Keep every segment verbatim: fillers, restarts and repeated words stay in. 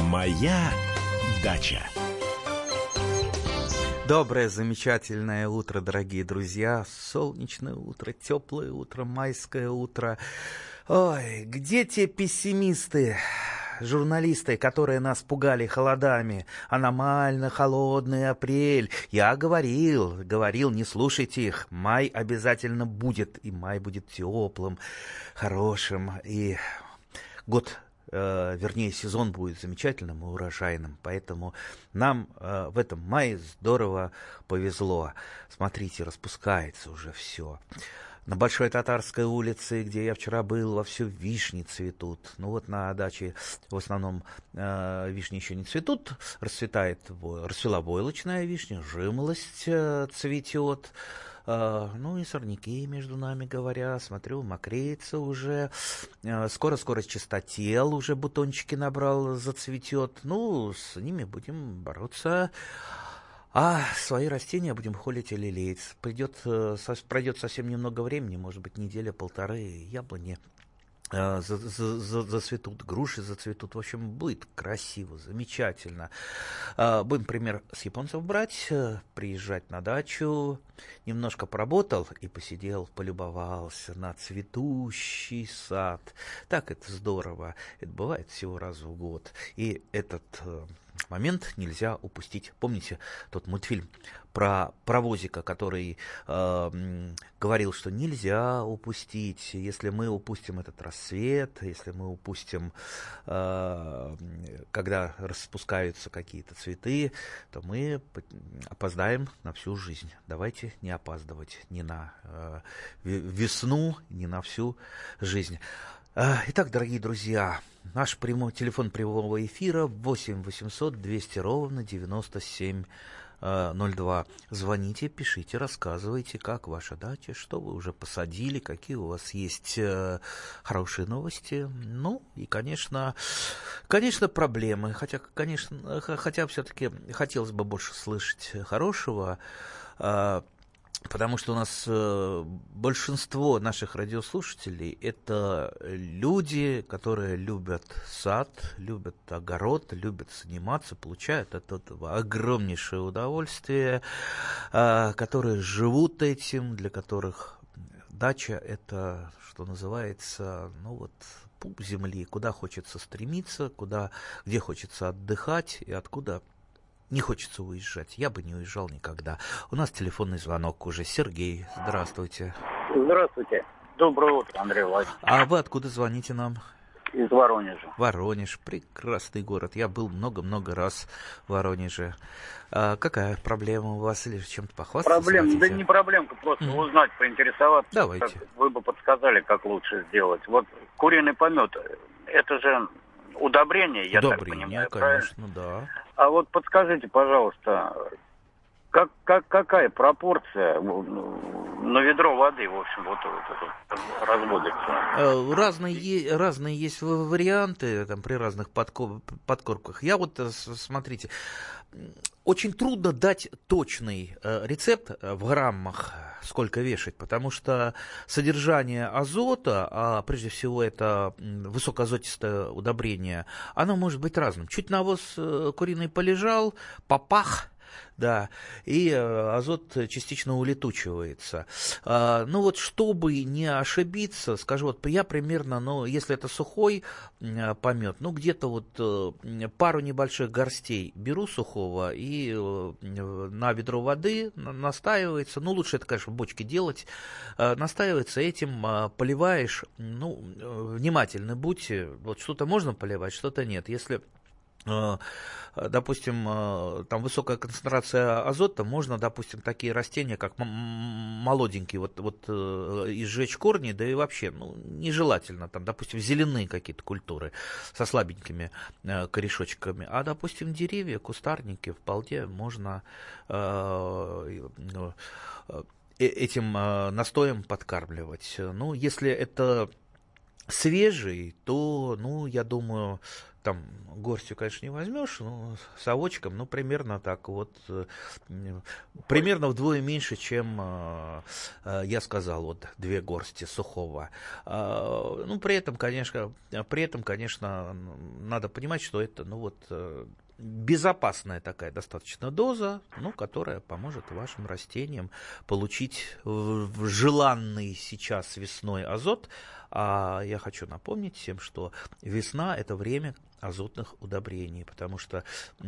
Моя дача. Доброе, замечательное утро, дорогие друзья. Солнечное утро, теплое утро, майское утро. Ой, где те пессимисты, журналисты, которые нас пугали холодами? Аномально холодный апрель. Я говорил, говорил, не слушайте их. Май обязательно будет, и май будет теплым, хорошим, и год... вернее, сезон будет замечательным и урожайным, поэтому нам э, в этом мае здорово повезло. Смотрите, распускается уже все. На Большой Татарской улице, где я вчера был, вовсю вишни цветут. Ну вот на даче в основном э, вишни еще не цветут, расцветает, расцвела войлочная вишня, жимолость э, цветет. Uh, ну и сорняки, между нами говоря, смотрю, мокреется уже, uh, скоро-скоро чистотел уже бутончики набрал, зацветет, ну, с ними будем бороться, а свои растения будем холить и лелеять. Придет, uh, со, пройдет совсем немного времени, может быть, неделя-полторы, яблони Uh, за, за, за, зацветут, груши зацветут, в общем, будет красиво, замечательно. Uh, будем пример с японцев брать, uh, приезжать на дачу, немножко поработал и посидел, полюбовался на цветущий сад. Так это здорово, это бывает всего раз в год, и этот uh, момент нельзя упустить. Помните тот мультфильм про паровозика, который э, говорил, что нельзя упустить, если мы упустим этот рассвет, если мы упустим, э, когда распускаются какие-то цветы, то мы опоздаем на всю жизнь. Давайте не опаздывать ни на э, весну, ни на всю жизнь. Итак, дорогие друзья, наш прямой, телефон прямого эфира восемь восемьсот двести ровно девяносто семь ноль два. Звоните, пишите, рассказывайте, как ваша дача, что вы уже посадили, какие у вас есть э, хорошие новости. Ну и, конечно, конечно, проблемы. Хотя, конечно, хотя все-таки хотелось бы больше слышать хорошего. Э, Потому что у нас э, большинство наших радиослушателей – это люди, которые любят сад, любят огород, любят заниматься, получают от этого огромнейшее удовольствие, э, которые живут этим, для которых дача – это, что называется, ну вот, пуп земли, куда хочется стремиться, куда, где хочется отдыхать и откуда не хочется уезжать. Я бы не уезжал никогда. У нас телефонный звонок уже. Сергей, здравствуйте. Здравствуйте. Доброе утро, Андрей Владимирович. А вы откуда звоните нам? Из Воронежа. Воронеж. Прекрасный город. Я был много-много раз в Воронеже. А какая проблема у вас? Или чем-то похвастаться? Проблема? Да не проблемка, просто mm. узнать, поинтересоваться. Давайте. Как, вы бы подсказали, как лучше сделать. Вот куриный помет, это же удобрение, я удобрение, так понимаю, конечно, правильно? Да. А вот подскажите, пожалуйста, как, как, какая пропорция на ведро воды, в общем, вот, вот, вот разводится? Разные, разные есть варианты там, при разных подкормках. Я вот, смотрите, очень трудно дать точный рецепт в граммах, сколько вешать, потому что содержание азота, а прежде всего это высокоазотистое удобрение, оно может быть разным. Чуть навоз куриный полежал, попах, да, и азот частично улетучивается. А, ну вот, чтобы не ошибиться, скажу, вот я примерно, ну, если это сухой помет, ну, где-то вот пару небольших горстей беру сухого и на ведро воды настаивается, ну, лучше это, конечно, в бочке делать, настаивается, этим поливаешь, ну, внимательны будьте, вот что-то можно поливать, что-то нет, если... допустим, там высокая концентрация азота, можно, допустим, такие растения, как молоденькие, вот, вот изжечь корни, да и вообще, ну, нежелательно, там, допустим, зеленые какие-то культуры со слабенькими корешочками, а, допустим, деревья, кустарники вполне можно этим настоем подкармливать. Ну, если это свежий, то, ну, я думаю, там горстью, конечно, не возьмешь, но совочком, ну, примерно так вот, примерно вдвое меньше, чем я сказал, вот, две горсти сухого. Ну, при этом, конечно, при этом, конечно, надо понимать, что это, ну, вот, безопасная такая достаточно доза, ну, которая поможет вашим растениям получить желанный сейчас весной азот. А я хочу напомнить всем, что весна – это время азотных удобрений, потому что,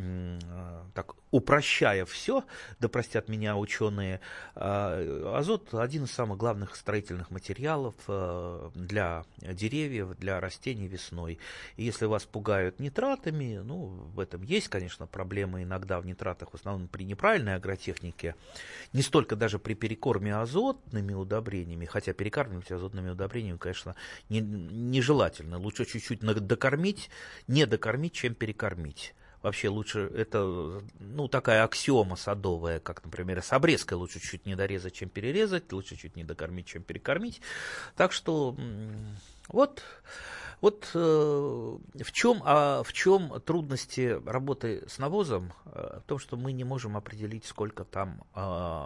так упрощая все, да простят меня ученые, азот – один из самых главных строительных материалов для деревьев, для растений весной. И если вас пугают нитратами, ну, в этом есть, конечно, проблемы иногда в нитратах, в основном при неправильной агротехнике, не столько даже при перекорме азотными удобрениями, хотя перекармливать азотными удобрениями, конечно, не, нежелательно. Лучше чуть-чуть докормить, не докормить, чем перекормить. Вообще лучше, это, ну, такая аксиома садовая, как, например, с обрезкой лучше чуть не дорезать, чем перерезать, лучше чуть не докормить, чем перекормить. Так что вот, вот э, в чем, а в чем трудности работы с навозом? В том, что мы не можем определить, сколько там э,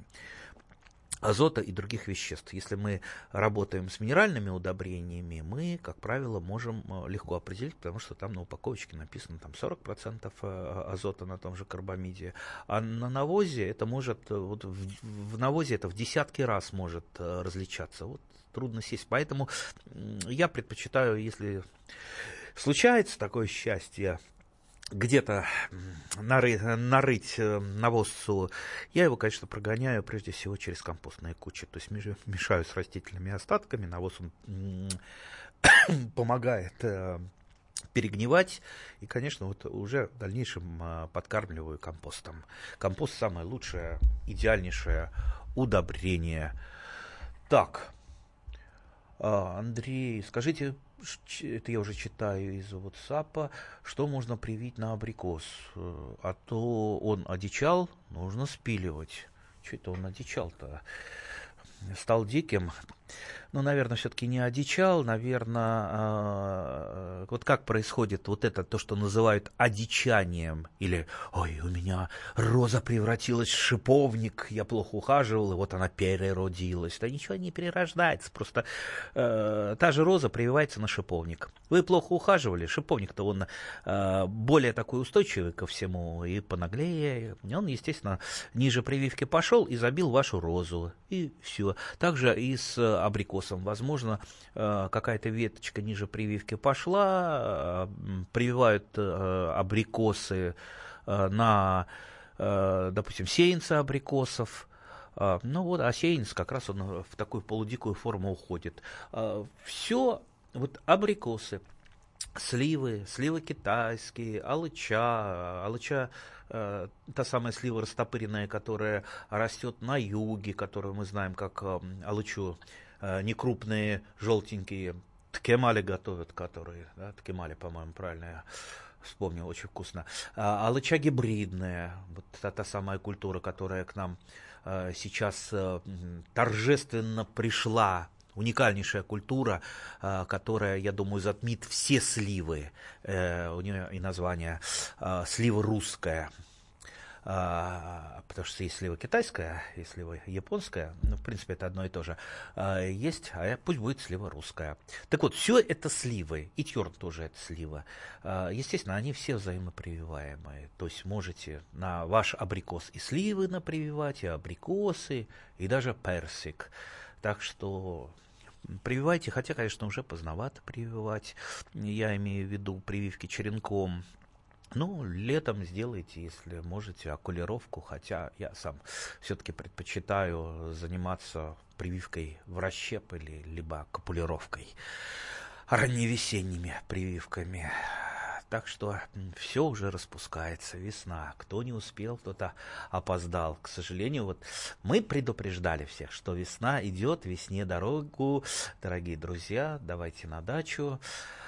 азота и других веществ. Если мы работаем с минеральными удобрениями, мы, как правило, можем легко определить, потому что там на упаковочке написано там, сорок процентов азота на том же карбамиде. А на навозе это может, вот в, в навозе это в десятки раз может различаться. Вот трудно сесть. Поэтому я предпочитаю, если случается такое счастье, где-то нарыть, нарыть навозцу, я его, конечно, прогоняю прежде всего через компостные кучи. То есть мешаю с растительными остатками, навоз он помогает перегнивать. И, конечно, вот уже в дальнейшем подкармливаю компостом. Компост самое лучшее, идеальнейшее удобрение. Так, Андрей, скажите, это я уже читаю из WhatsApp, что можно привить на абрикос? А то он одичал, нужно спиливать. Что это он одичал-то? Стал диким. Ну, наверное, все-таки не одичал, наверное, э, вот как происходит вот это, то, что называют одичанием, или, ой, у меня роза превратилась в шиповник, я плохо ухаживал, и вот она переродилась. Да ничего не перерождается, просто э, та же роза прививается на шиповник. Вы плохо ухаживали, шиповник-то он э, более такой устойчивый ко всему, и понаглее, и он, естественно, ниже прививки пошел и забил вашу розу, и все. Также и с абрикосом. Возможно, какая-то веточка ниже прививки пошла, прививают абрикосы на, допустим, сеянцы абрикосов. Ну вот, а сеянец как раз он в такую полудикую форму уходит. Все, вот абрикосы, сливы, сливы китайские, алыча, алыча, э, та самая слива растопыренная, которая растет на юге, которую мы знаем как э, алычу, э, некрупные, желтенькие, ткемали готовят, которые, да, ткемали, по-моему, правильно я вспомнил, очень вкусно. А, алыча гибридная, вот та, та самая культура, которая к нам э, сейчас э, торжественно пришла. Уникальнейшая культура, которая, я думаю, затмит все сливы. У нее и название слива русская. Потому что есть слива китайская, есть слива японская. Ну, в принципе, это одно и то же. Есть, а пусть будет слива русская. Так вот, все это сливы. И терн тоже это слива. Естественно, они все взаимопрививаемые. То есть можете на ваш абрикос и сливы напрививать, и абрикосы, и даже персик. Так что прививайте, хотя, конечно, уже поздновато прививать. Я имею в виду прививки черенком. Ну, летом сделайте, если можете, окулировку, хотя я сам все-таки предпочитаю заниматься прививкой в расщеп или либо капулировкой, ранневесенними прививками. Так что все уже распускается, весна. Кто не успел, кто-то опоздал. К сожалению, вот мы предупреждали всех, что весна идет, весне дорогу. Дорогие друзья, давайте на дачу.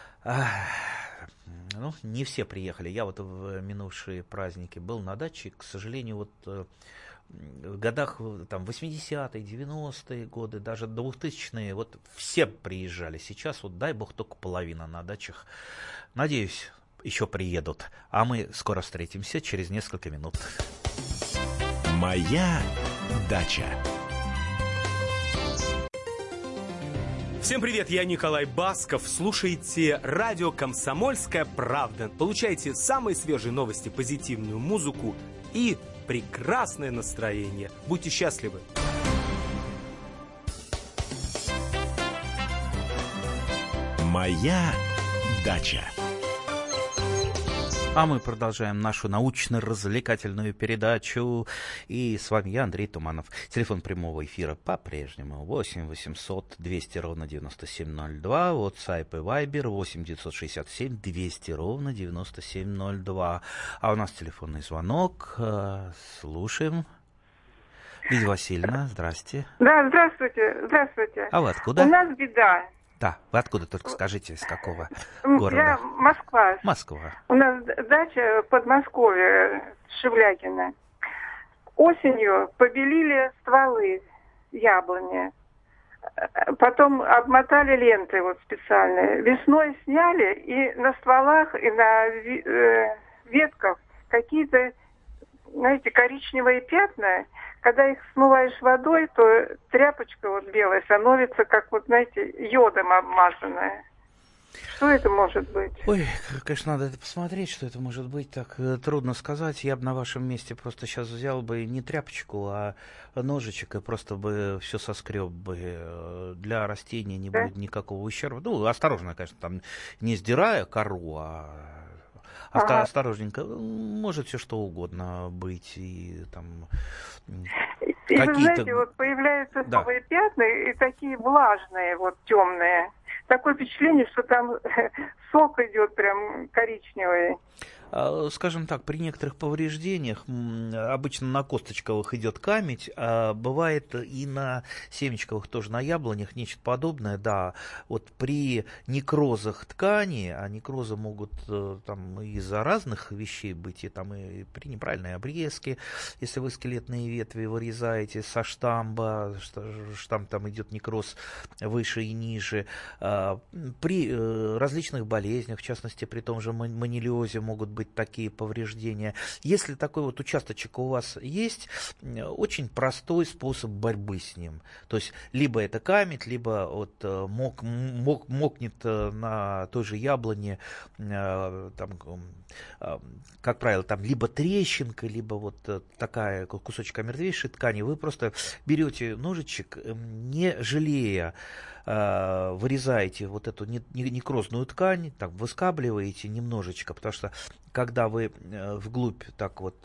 Ну, не все приехали. Я вот в минувшие праздники был на даче. К сожалению, вот в годах там, восьмидесятые, девяностые годы, даже двухтысячные, вот все приезжали. Сейчас вот дай бог только половина на дачах. Надеюсь, еще приедут. А мы скоро встретимся через несколько минут. Моя дача. Всем привет, я Николай Басков. Слушайте радио «Комсомольская правда». Получайте самые свежие новости, позитивную музыку и прекрасное настроение. Будьте счастливы. Моя дача. А мы продолжаем нашу научно-развлекательную передачу. И с вами я, Андрей Туманов. Телефон прямого эфира по-прежнему восемь восемьсот двести ровно девяносто семь ноль два. WhatsApp и Viber восемь девятьсот шестьдесят семь двести ровно девяносто семь ноль два. А у нас телефонный звонок. Слушаем. Лидия Васильевна, здрасте. Да, здравствуйте, здравствуйте. А вы откуда? У нас беда. Да, вы откуда, только скажите, из какого города? Я Москва. Москва. У нас дача в Подмосковье, Шевлякино. Осенью побелили стволы яблони. Потом обмотали ленты вот специальные. Весной сняли, и на стволах, и на ветках какие-то, знаете, коричневые пятна. Когда их смываешь водой, то тряпочка вот белая становится, как вот, знаете, йодом обмазанная. Что это может быть? Ой, конечно, надо это посмотреть, что это может быть. Так трудно сказать. Я бы на вашем месте просто сейчас взял бы не тряпочку, а ножичек и просто бы все соскреб бы. Для растения не да? будет никакого ущерба. Ну, осторожно, конечно, там не сдирая кору, а... Ага. Осторожненько, может все что угодно быть, и там и, какие-то... Вы знаете, вот появляются да. новые пятна, и такие влажные, вот темные. Такое впечатление, что там сок идет прям коричневый. Скажем так, при некоторых повреждениях, обычно на косточковых идет камедь, а бывает и на семечковых, тоже на яблонях, нечто подобное, да. Вот при некрозах ткани, а некрозы могут там из-за разных вещей быть, и там и при неправильной обрезке, если вы скелетные ветви вырезаете со штамба, штамб там идет некроз выше и ниже, при различных болезнях, в частности, при том же манилиозе могут быть такие повреждения. Если такой вот участочек у вас есть, очень простой способ борьбы с ним. То есть, либо это камедь, либо вот мок, мок, мокнет на той же яблоне, там, как правило, там либо трещинка, либо вот такая кусочек омертвевшей ткани. Вы просто берете ножичек, не жалея, вырезаете вот эту некрозную ткань, так выскабливаете немножечко, потому что когда вы вглубь так вот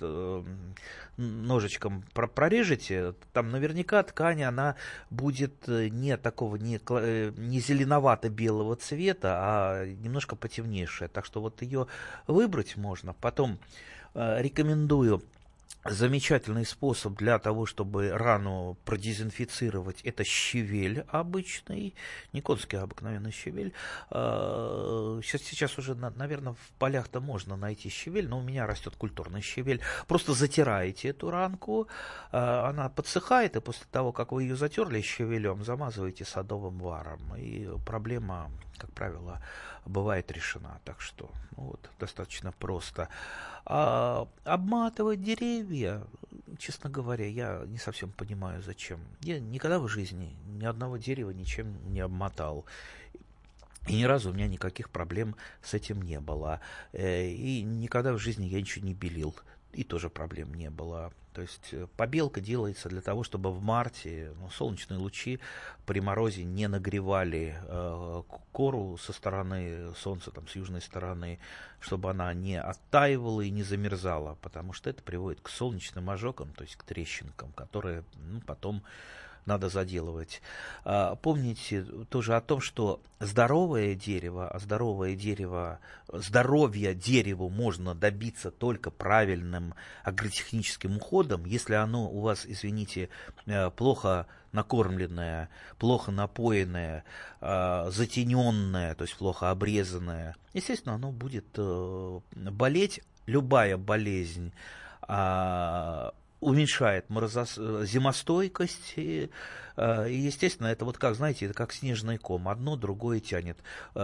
ножичком прорежете, там наверняка ткань, она будет не такого, не, не зеленовато-белого цвета, а немножко потемнейшая. Так что вот ее выбрать можно. Потом рекомендую замечательный способ для того, чтобы рану продезинфицировать, это щавель обычный, не конский, а обыкновенный щавель. Сейчас, сейчас уже, наверное, в полях-то можно найти щавель, но у меня растет культурный щавель. Просто затираете эту ранку, она подсыхает, и после того, как вы ее затерли щавелем, замазываете садовым варом, и проблема, как правило, бывает решена. Так что ну вот, достаточно просто. А обматывать деревья, честно говоря, я не совсем понимаю, зачем. Я никогда в жизни ни одного дерева ничем не обмотал. И ни разу у меня никаких проблем с этим не было. И никогда в жизни я ничего не белил. И тоже проблем не было. То есть побелка делается для того, чтобы в марте ну, солнечные лучи при морозе не нагревали э, кору со стороны солнца, там, с южной стороны, чтобы она не оттаивала и не замерзала, потому что это приводит к солнечным ожогам, то есть к трещинкам, которые ну, потом надо заделывать. Помните тоже о том, что здоровое дерево, а здоровое дерево, здоровье дереву можно добиться только правильным агротехническим уходом, если оно у вас, извините, плохо накормленное, плохо напоенное, затененное, то есть плохо обрезанное. Естественно, оно будет болеть. Любая болезнь уменьшает морозос... зимостойкость. И, и, естественно, это вот как, знаете, это как снежный ком. Одно другое тянет.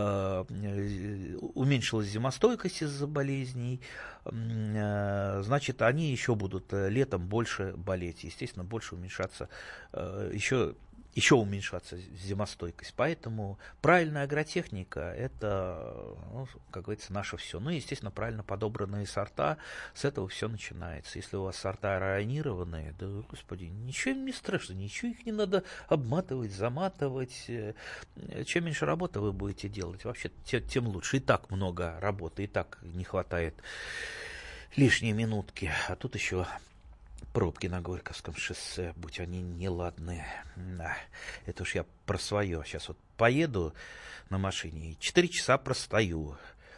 Уменьшилась зимостойкость из-за болезней. Значит, они еще будут летом больше болеть. Естественно, больше уменьшаться еще... еще уменьшаться зимостойкость. Поэтому правильная агротехника – это, ну, как говорится, наше все. Ну, естественно, правильно подобранные сорта, с этого все начинается. Если у вас сорта районированные, да, господи, ничего им не страшно, ничего их не надо обматывать, заматывать. Чем меньше работы вы будете делать, вообще тем лучше. И так много работы, и так не хватает лишней минутки. А тут еще... пробки на Горьковском шоссе, будь они неладные. Да, это уж я про свое. Сейчас вот поеду на машине и четыре часа простою.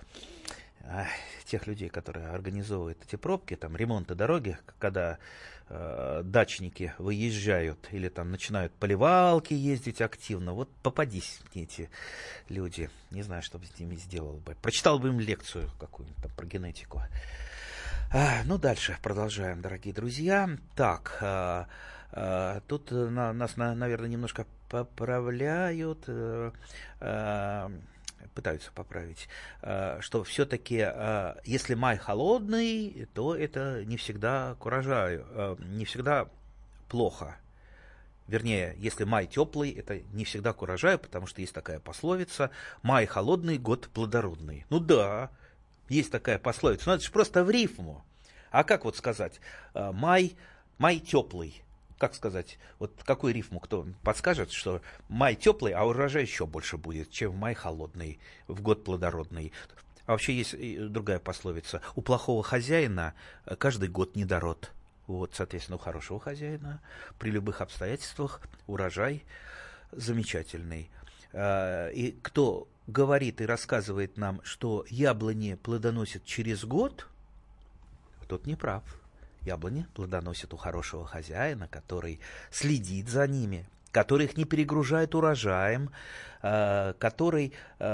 А, тех людей, которые организовывают эти пробки, там ремонты дороги, когда э, дачники выезжают или там начинают поливалки ездить активно, вот попадись мне эти люди. Не знаю, что бы с ними сделал бы. Прочитал бы им лекцию какую-нибудь там про генетику. А, ну, дальше продолжаем, дорогие друзья. Так, а, а, тут на, нас, на, наверное, немножко поправляют, а, а, пытаются поправить, а, что все-таки, а, если май холодный, то это не всегда к урожаю, а, не всегда плохо. Вернее, если май теплый, это не всегда к урожаю, потому что есть такая пословица: май холодный, год плодородный. Ну да. Есть такая пословица, но это же просто в рифму. А как вот сказать? Май, май теплый. Как сказать? Вот какую рифму кто подскажет, что май теплый, а урожай еще больше будет, чем май холодный, в год плодородный. А вообще есть другая пословица. У плохого хозяина каждый год недород. Вот, соответственно, у хорошего хозяина при любых обстоятельствах урожай замечательный. И кто говорит и рассказывает нам, что яблони плодоносят через год, тот не прав. Яблони плодоносят у хорошего хозяина, который следит за ними, который их не перегружает урожаем, который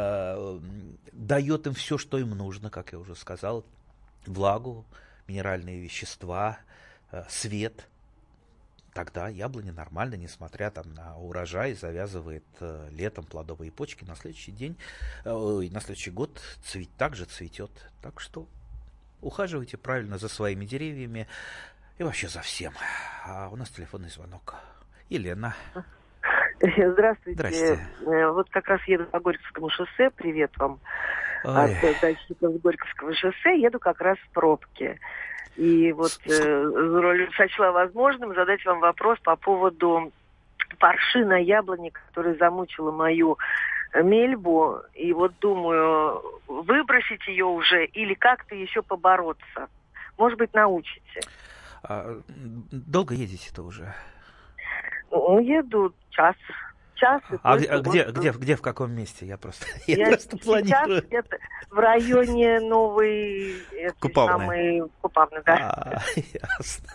дает им все, что им нужно, как я уже сказал, влагу, минеральные вещества, свет. Тогда яблоня нормально, несмотря там, на урожай, завязывает э, летом плодовые почки. На следующий день, э, на следующий год цвет, также цветет. Так что ухаживайте правильно за своими деревьями и вообще за всем. А у нас телефонный звонок. Елена. Здравствуйте. Здрасте. Вот как раз еду по Горьковскому шоссе. Привет вам. Ой. От дачников Горьковского шоссе. Еду как раз в пробке. И вот э, сочла возможным задать вам вопрос по поводу парши на яблоне, которая замучила мою мельбу. И вот думаю, выбросить ее уже или как-то еще побороться. Может быть, научите. А, долго едете-то уже? Ну, еду час. Час и а где, вот, где, где, где, в каком месте? Я просто, я я просто планирую. Где-то в районе Новой Купавной. Самой Купавной, да. А, ясно.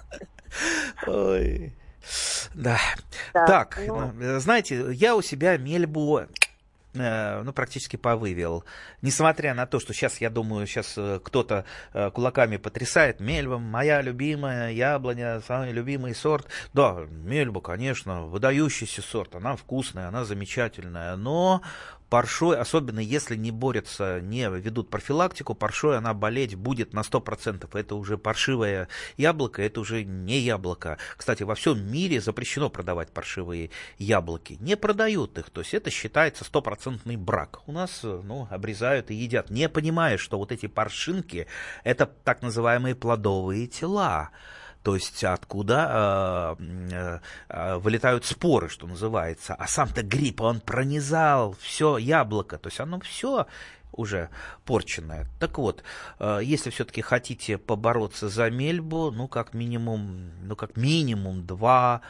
Ой. Да. да. Так, ну... знаете, я у себя мельбу ну, практически повывел. Несмотря на то, что сейчас, я думаю, сейчас кто-то кулаками потрясает. Мельба, моя любимая яблоня, самый любимый сорт. Да, мельба, конечно, выдающийся сорт. Она вкусная, она замечательная. Но паршой, особенно если не борются, не ведут профилактику, паршой она болеть будет на сто процентов. Это уже паршивое яблоко, это уже не яблоко. Кстати, во всем мире запрещено продавать паршивые яблоки. Не продают их, то есть это считается стопроцентный брак. У нас, ну, обрезают и едят, не понимая, что вот эти паршинки — это так называемые плодовые тела. То есть откуда э, э, вылетают споры, что называется. А сам-то гриб, он пронизал все яблоко. То есть оно все уже порченное. Так вот, э, если все-таки хотите побороться за мельбу, ну, как минимум, ну, как минимум два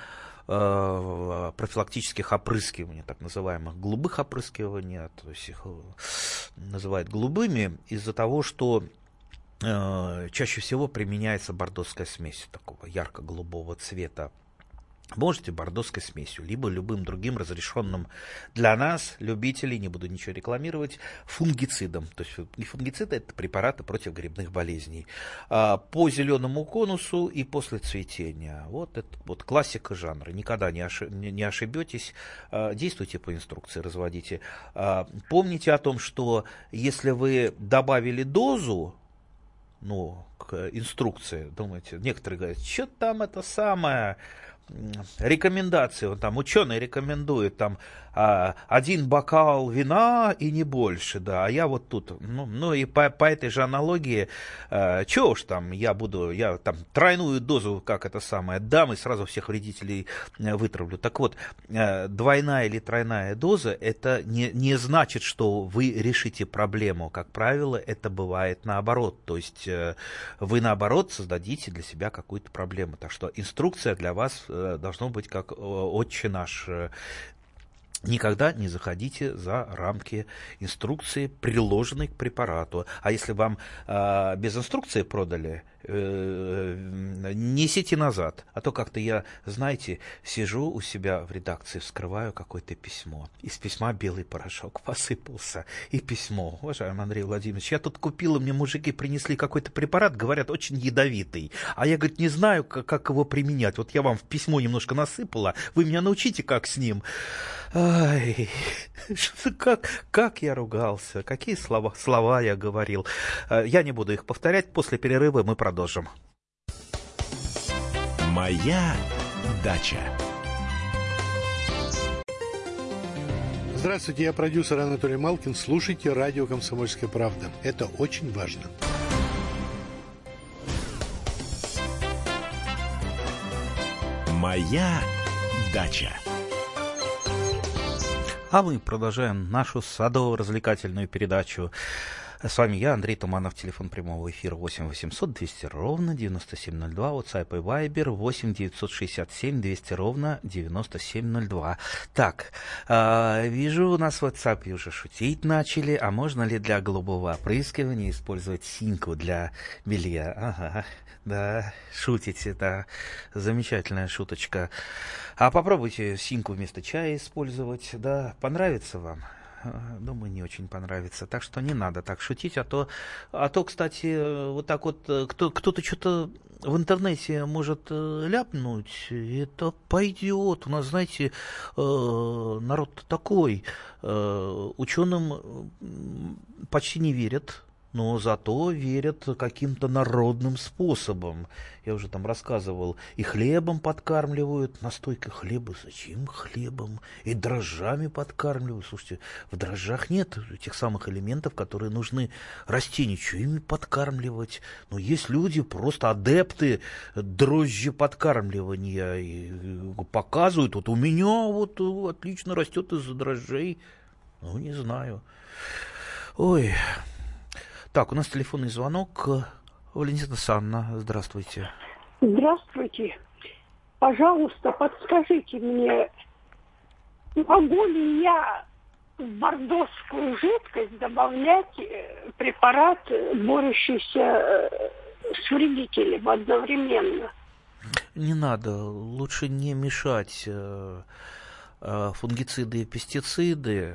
э, профилактических опрыскивания, так называемых голубых опрыскиваний. То есть их называют голубыми из-за того, что чаще всего применяется бордоская смесь такого ярко-голубого цвета. можете бордоской смесью, либо любым другим разрешенным для нас, любителей, не буду ничего рекламировать, фунгицидом. То есть и фунгициды — это препараты против грибных болезней. По зеленому конусу и после цветения. Вот это вот классика жанра. Никогда не, ошиб, не ошибетесь. Действуйте по инструкции, разводите. Помните о том, что если вы добавили дозу, ну, к инструкции, думаете, некоторые говорят, что там это самое... рекомендации, он там, ученые рекомендуют там а, один бокал вина и не больше, да, а я вот тут, ну, ну и по, по этой же аналогии, а, чего уж там, я буду, я там тройную дозу, как это самое, дам и сразу всех вредителей вытравлю. Так вот, а, двойная или тройная доза, это не, не значит, что вы решите проблему, как правило, это бывает наоборот, то есть вы наоборот создадите для себя какую-то проблему, так что инструкция для вас должно быть как «Отче наш». Никогда не заходите за рамки инструкции, приложенной к препарату. А если вам э, без инструкции продали, э, несите назад. А то как-то я, знаете, сижу у себя в редакции, вскрываю какое-то письмо. Из письма белый порошок посыпался. И письмо. Уважаемый Андрей Владимирович, я тут купила, мне мужики принесли какой-то препарат, говорят, очень ядовитый. А я, говорит, не знаю, как, как его применять. Вот я вам в письмо немножко насыпала, вы меня научите, как с ним... Ай, как, как я ругался, какие слова, слова я говорил. Я не буду их повторять, после перерыва мы продолжим. Моя дача. Здравствуйте, я продюсер Анатолий Малкин. Слушайте радио «Комсомольская правда». Это очень важно. Моя дача. А мы продолжаем нашу садово-развлекательную передачу. С вами я, Андрей Туманов, телефон прямого эфира восемь восемьсот двести ровно девяносто семь ноль два, WhatsApp и Viber восемь девятьсот шестьдесят семь двести ровно девяносто семь ноль два. Так, э, вижу, у нас в WhatsApp уже шутить начали, а можно ли для голубого опрыскивания использовать синьку для белья? Ага, да, шутите, да, замечательная шуточка. А попробуйте синьку вместо чая использовать, да, понравится вам? Думаю, не очень понравится. Так что не надо так шутить, а то, а то, кстати, вот так вот кто, кто-то что-то в интернете может ляпнуть, и это пойдет. У нас, знаете, народ такой, ученым почти не верят, но зато верят каким-то народным способом. Я уже там рассказывал, и хлебом подкармливают, настойка хлеба, зачем хлебом? И дрожжами подкармливают. Слушайте, в дрожжах нет тех самых элементов, которые нужны растению. Что ими подкармливать? Но есть люди, просто адепты дрожжи подкармливания, и показывают, вот у меня вот отлично растет из-за дрожжей. Ну, не знаю. Ой... Так, у нас телефонный звонок. Валентина Санна, здравствуйте. Здравствуйте. Пожалуйста, подскажите мне, могу ли я в бордоскую жидкость добавлять препарат, борющийся с вредителем одновременно? Не надо, лучше не мешать фунгициды и пестициды.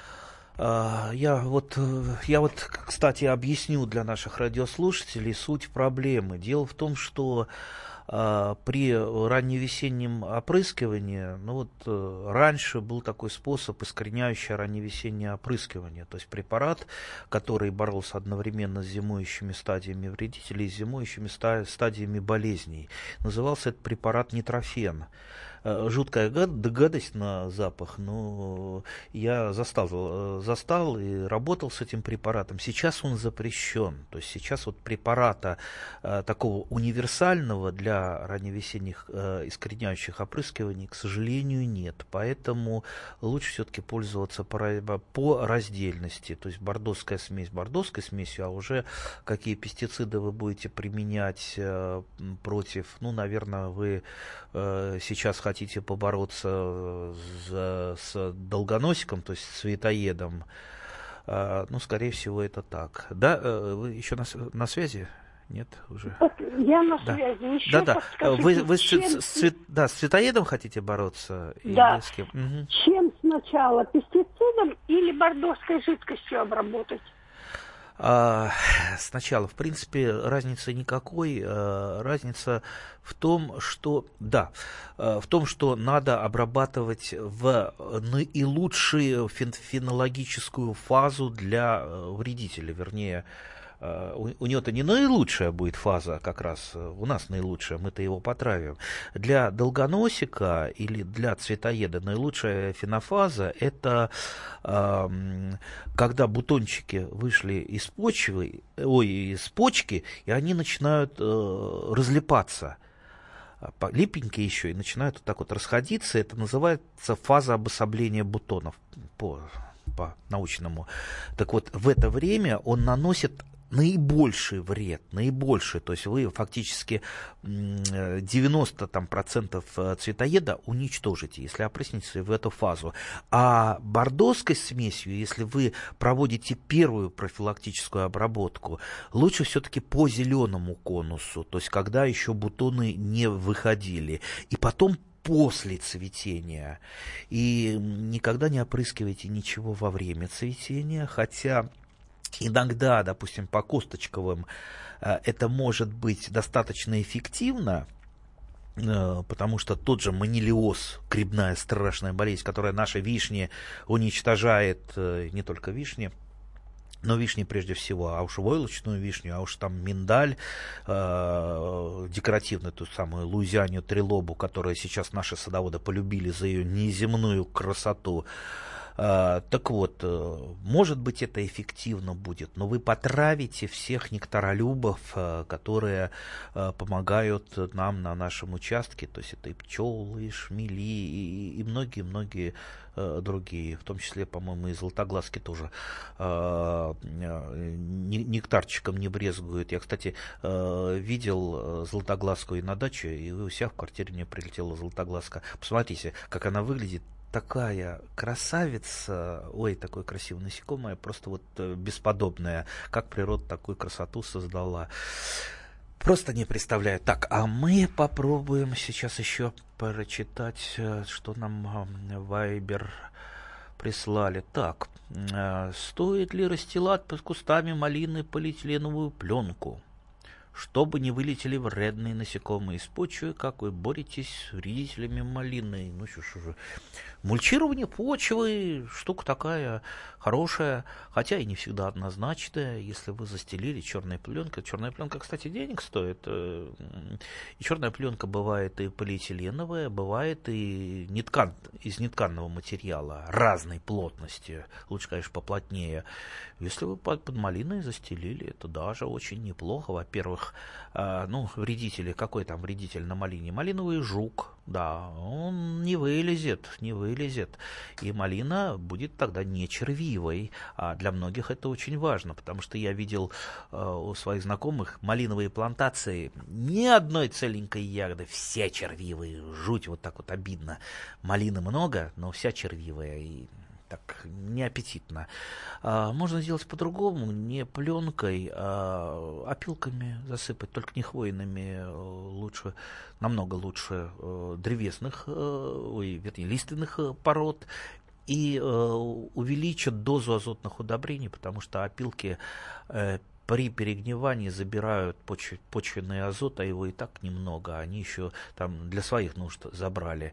Я вот, я вот, кстати, объясню для наших радиослушателей суть проблемы. Дело в том, что а, при ранневесеннем опрыскивании, ну вот раньше был такой способ, искореняющий ранневесеннее опрыскивание, то есть препарат, который боролся одновременно с зимующими стадиями вредителей и зимующими стадиями болезней. Назывался этот препарат нитрофен. Жуткая гадость на запах, но я застал, застал и работал с этим препаратом. Сейчас он запрещен. То есть сейчас вот препарата такого универсального для ранневесенних искореняющих опрыскиваний, к сожалению, нет. Поэтому лучше все-таки пользоваться по, по раздельности. То есть бордоская смесь бордоской смесью, а уже какие пестициды вы будете применять против, ну, наверное, вы сейчас хотите хотите побороться с, с долгоносиком, то есть с светоедом, ну, скорее всего, это так. Да, вы еще на, на связи? Нет, уже. Вот я на да. связи. Еще да, да. подскажите, Вы, вы чем... с, с, да, с цветоедом хотите бороться? Да. Или с кем? Угу. Чем сначала? Пестицидом или бордоской жидкостью обработать? А, сначала, в принципе, разницы никакой. А, разница в том, что, да, а, в том, что надо обрабатывать в наилучшую фенологическую фазу для вредителя, вернее, У, у него-то не наилучшая будет фаза, как раз у нас наилучшая, мы-то его потравим. Для долгоносика или для цветоеда наилучшая фенофаза – это э, когда бутончики вышли из почвы, ой, из почки, и они начинают э, разлипаться. Липенькие еще, и начинают вот так вот расходиться. Это называется фаза обособления бутонов по, по научному. Так вот, в это время он наносит наибольший вред, наибольший, то есть вы фактически девяносто процентов цветоеда уничтожите, если опрыснете в эту фазу. А бордоской смесью, если вы проводите первую профилактическую обработку, лучше все-таки по зеленому конусу, то есть когда еще бутоны не выходили, и потом после цветения. И никогда не опрыскивайте ничего во время цветения, хотя иногда, допустим, по косточковым это может быть достаточно эффективно, потому что тот же манилиоз, грибная страшная болезнь, которая наши вишни уничтожает, не только вишни, но вишни прежде всего, а уж войлочную вишню, а уж там миндаль, э, декоративную, ту самую луизианию трилобу, которую сейчас наши садоводы полюбили за ее неземную красоту. Uh, так вот, uh, может быть, это эффективно будет, но вы потравите всех нектаролюбов, uh, которые uh, помогают нам на нашем участке, то есть это и пчелы, и шмели, и многие-многие uh, другие, в том числе, по-моему, и золотоглазки тоже uh, нектарчиком не брезгуют. Я, кстати, uh, видел золотоглазку и на даче, и у себя в квартире мне прилетела золотоглазка. Посмотрите, как она выглядит. Такая красавица, ой, такое красивое насекомое, просто вот бесподобное, как природа такую красоту создала. Просто не представляю. Так, а мы попробуем сейчас еще прочитать, что нам Вайбер прислали. Так, стоит ли расстилать под кустами малины полиэтиленовую пленку, чтобы не вылетели вредные насекомые из почвы, как вы боретесь с вредителями малины? Ну что же, мульчирование почвы штука такая хорошая, хотя и не всегда однозначная. Если вы застелили черной пленкой, черная пленка, кстати, денег стоит. И черная пленка бывает и полиэтиленовая, бывает и неткан, из нетканного материала разной плотности, лучше, конечно, поплотнее. Если вы под, под малиной застелили, это даже очень неплохо. Во-первых, э, ну, вредители, какой там вредитель на малине? Малиновый жук, да, он не вылезет, не вылезет. И малина будет тогда не червивой. А для многих это очень важно, потому что я видел э, у своих знакомых малиновые плантации, ни одной целенькой ягоды, все червивые, жуть, вот так вот обидно. Малины много, но вся червивая, и так неаппетитно. А, можно сделать по-другому, не пленкой, а опилками засыпать, только не хвойными, лучше, намного лучше древесных, ой, вернее, лиственных пород, и увеличат дозу азотных удобрений, потому что опилки при перегнивании забирают почв, почвенный азот, а его и так немного, они еще там для своих нужд забрали.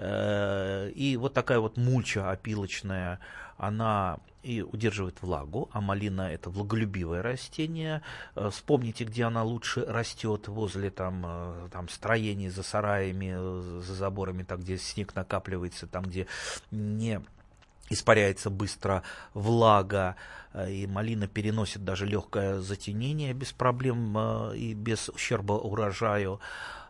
И вот такая вот мульча опилочная, она и удерживает влагу, а малина — это влаголюбивое растение. Вспомните, где она лучше растет, возле там, там строений за сараями, за заборами, там, где снег накапливается, там, где не испаряется быстро влага, и малина переносит даже легкое затенение без проблем и без ущерба урожаю.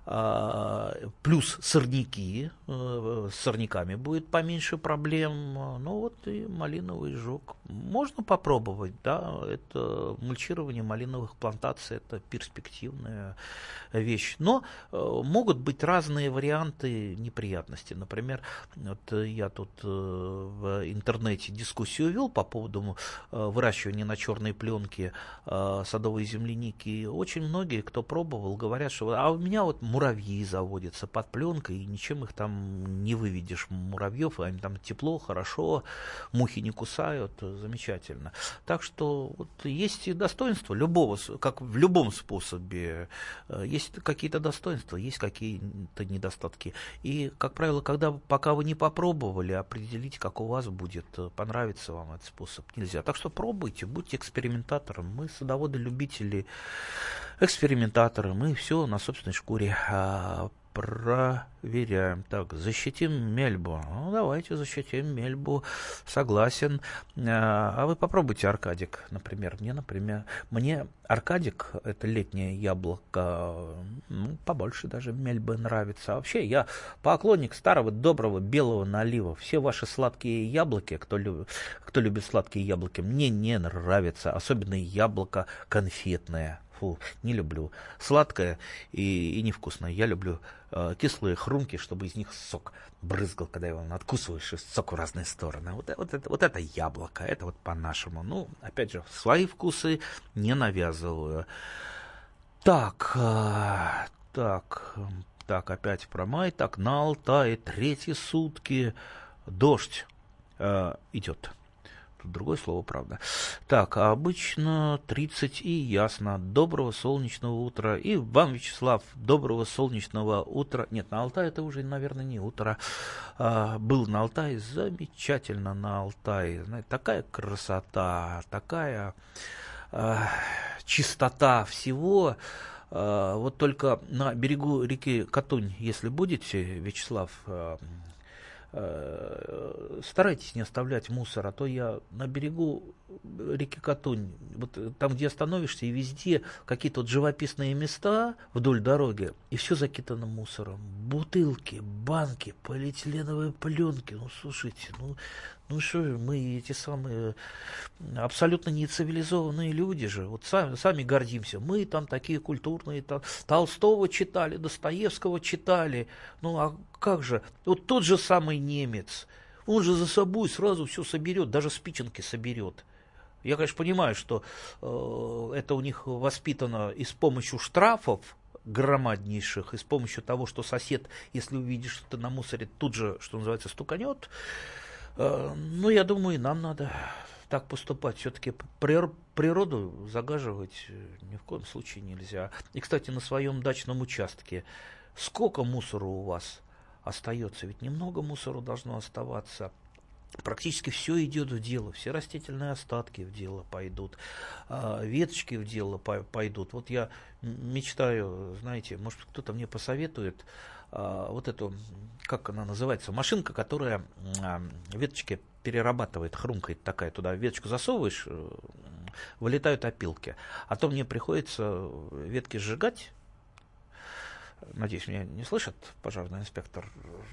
плюс сорняки, с сорняками будет поменьше проблем, ну вот и малиновый жук. Можно попробовать, да, это мульчирование малиновых плантаций, это перспективная вещь, но могут быть разные варианты неприятностей. Например, вот я тут в интернете дискуссию вел по поводу выращивания на черной пленке садовой земляники. Очень многие, кто пробовал, говорят, что а у меня вот муравьи заводятся под пленкой, и ничем их там не выведешь, муравьев, они там тепло, хорошо, мухи не кусают, замечательно. Так что вот есть и достоинства любого, как в любом способе, есть какие-то достоинства, есть какие-то недостатки. И, как правило, когда, пока вы не попробовали, определить, как у вас будет, понравится вам этот способ, нельзя. Так что пробуйте, будьте экспериментатором. Мы садоводы-любители, экспериментаторы, мы все на собственной шкуре а, проверяем. Так, защитим мельбу. Ну, давайте защитим мельбу. Согласен. А, а вы попробуйте аркадик, например. Мне, например, мне аркадик, это летнее яблоко, ну, побольше даже мельбы нравится. А вообще, я поклонник старого доброго белого налива. Все ваши сладкие яблоки, кто любит, кто любит сладкие яблоки, мне не нравятся. Особенно яблоко конфетное. Фу, не люблю. Сладкое и, и невкусное. Я люблю э, кислые, хрумкие, чтобы из них сок брызгал, когда его откусываешь, и сок в разные стороны. Вот, вот, это, вот это яблоко, это вот по-нашему. Ну, опять же, свои вкусы не навязываю. Так, э, так, так, опять про май. Так, на Алтае третьи сутки дождь э, идет. Тут другое слово, правда. Так, а обычно тридцать и ясно. Доброго солнечного утра. И вам, Вячеслав, доброго солнечного утра. Нет, на Алтае это уже, наверное, не утро. А, был на Алтае, замечательно на Алтае. Знаете, такая красота, такая а, чистота всего. А, вот только на берегу реки Катунь, если будете, Вячеслав, а, старайтесь не оставлять мусор, а то я на берегу реки Катунь, вот там, где остановишься, и везде какие-то вот живописные места вдоль дороги, и все закидано мусором. Бутылки, банки, полиэтиленовые пленки. Ну, слушайте, ну, ну что, мы эти самые абсолютно нецивилизованные люди же. Вот сами, сами гордимся. Мы там такие культурные, там, Толстого читали, Достоевского читали. Ну, а как же? Вот тот же самый немец, он же за собой сразу все соберет, даже спиченки соберет. Я, конечно, понимаю, что э, это у них воспитано и с помощью штрафов громаднейших, и с помощью того, что сосед, если увидишь, что ты на мусоре, тут же, что называется, стуканет. Э, ну, я думаю, и нам надо так поступать. Все-таки природу загаживать ни в коем случае нельзя. И, кстати, на своем дачном участке сколько мусора у вас остается? Ведь немного мусора должно оставаться. Практически все идет в дело, все растительные остатки в дело пойдут, веточки в дело пойдут. Вот я мечтаю, знаете, может кто-то мне посоветует вот эту, как она называется, машинка, которая веточки перерабатывает, хрумкает такая, туда веточку засовываешь, вылетают опилки. А то мне приходится ветки сжигать. Надеюсь, меня не слышит пожарный инспектор.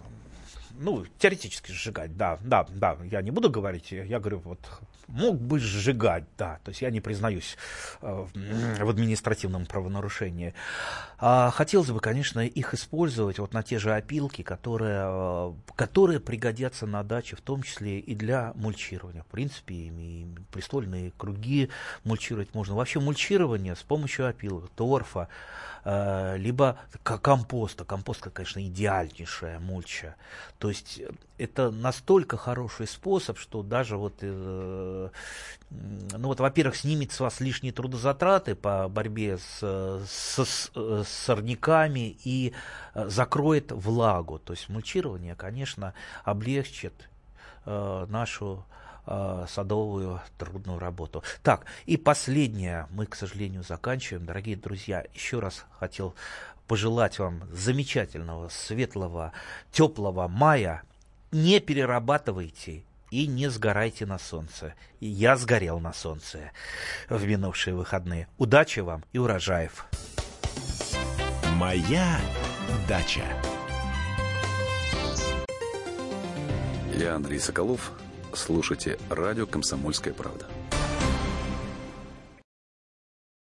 Ну, теоретически сжигать, да, да, да, я не буду говорить, я говорю, вот, мог бы сжигать, да, то есть я не признаюсь э, в административном правонарушении. А хотелось бы, конечно, их использовать вот на те же опилки, которые, э, которые пригодятся на даче, в том числе и для мульчирования. В принципе, и приствольные круги мульчировать можно. Вообще мульчирование с помощью опилок, торфа, э, либо компоста. Компост, конечно, идеальнейшая мульча. То есть это настолько хороший способ, что даже вот, э, ну вот, во-первых, снимет с вас лишние трудозатраты по борьбе с, с, с сорняками и закроет влагу. То есть мульчирование, конечно, облегчит э, нашу э, садовую трудную работу. Так, и последнее, мы, к сожалению, заканчиваем. Дорогие друзья, еще раз хотел пожелать вам замечательного, светлого, теплого мая. Не перерабатывайте и не сгорайте на солнце. Я сгорел на солнце в минувшие выходные. Удачи вам и урожаев. Моя дача. Я Андрей Соколов. Слушайте радио «Комсомольская правда».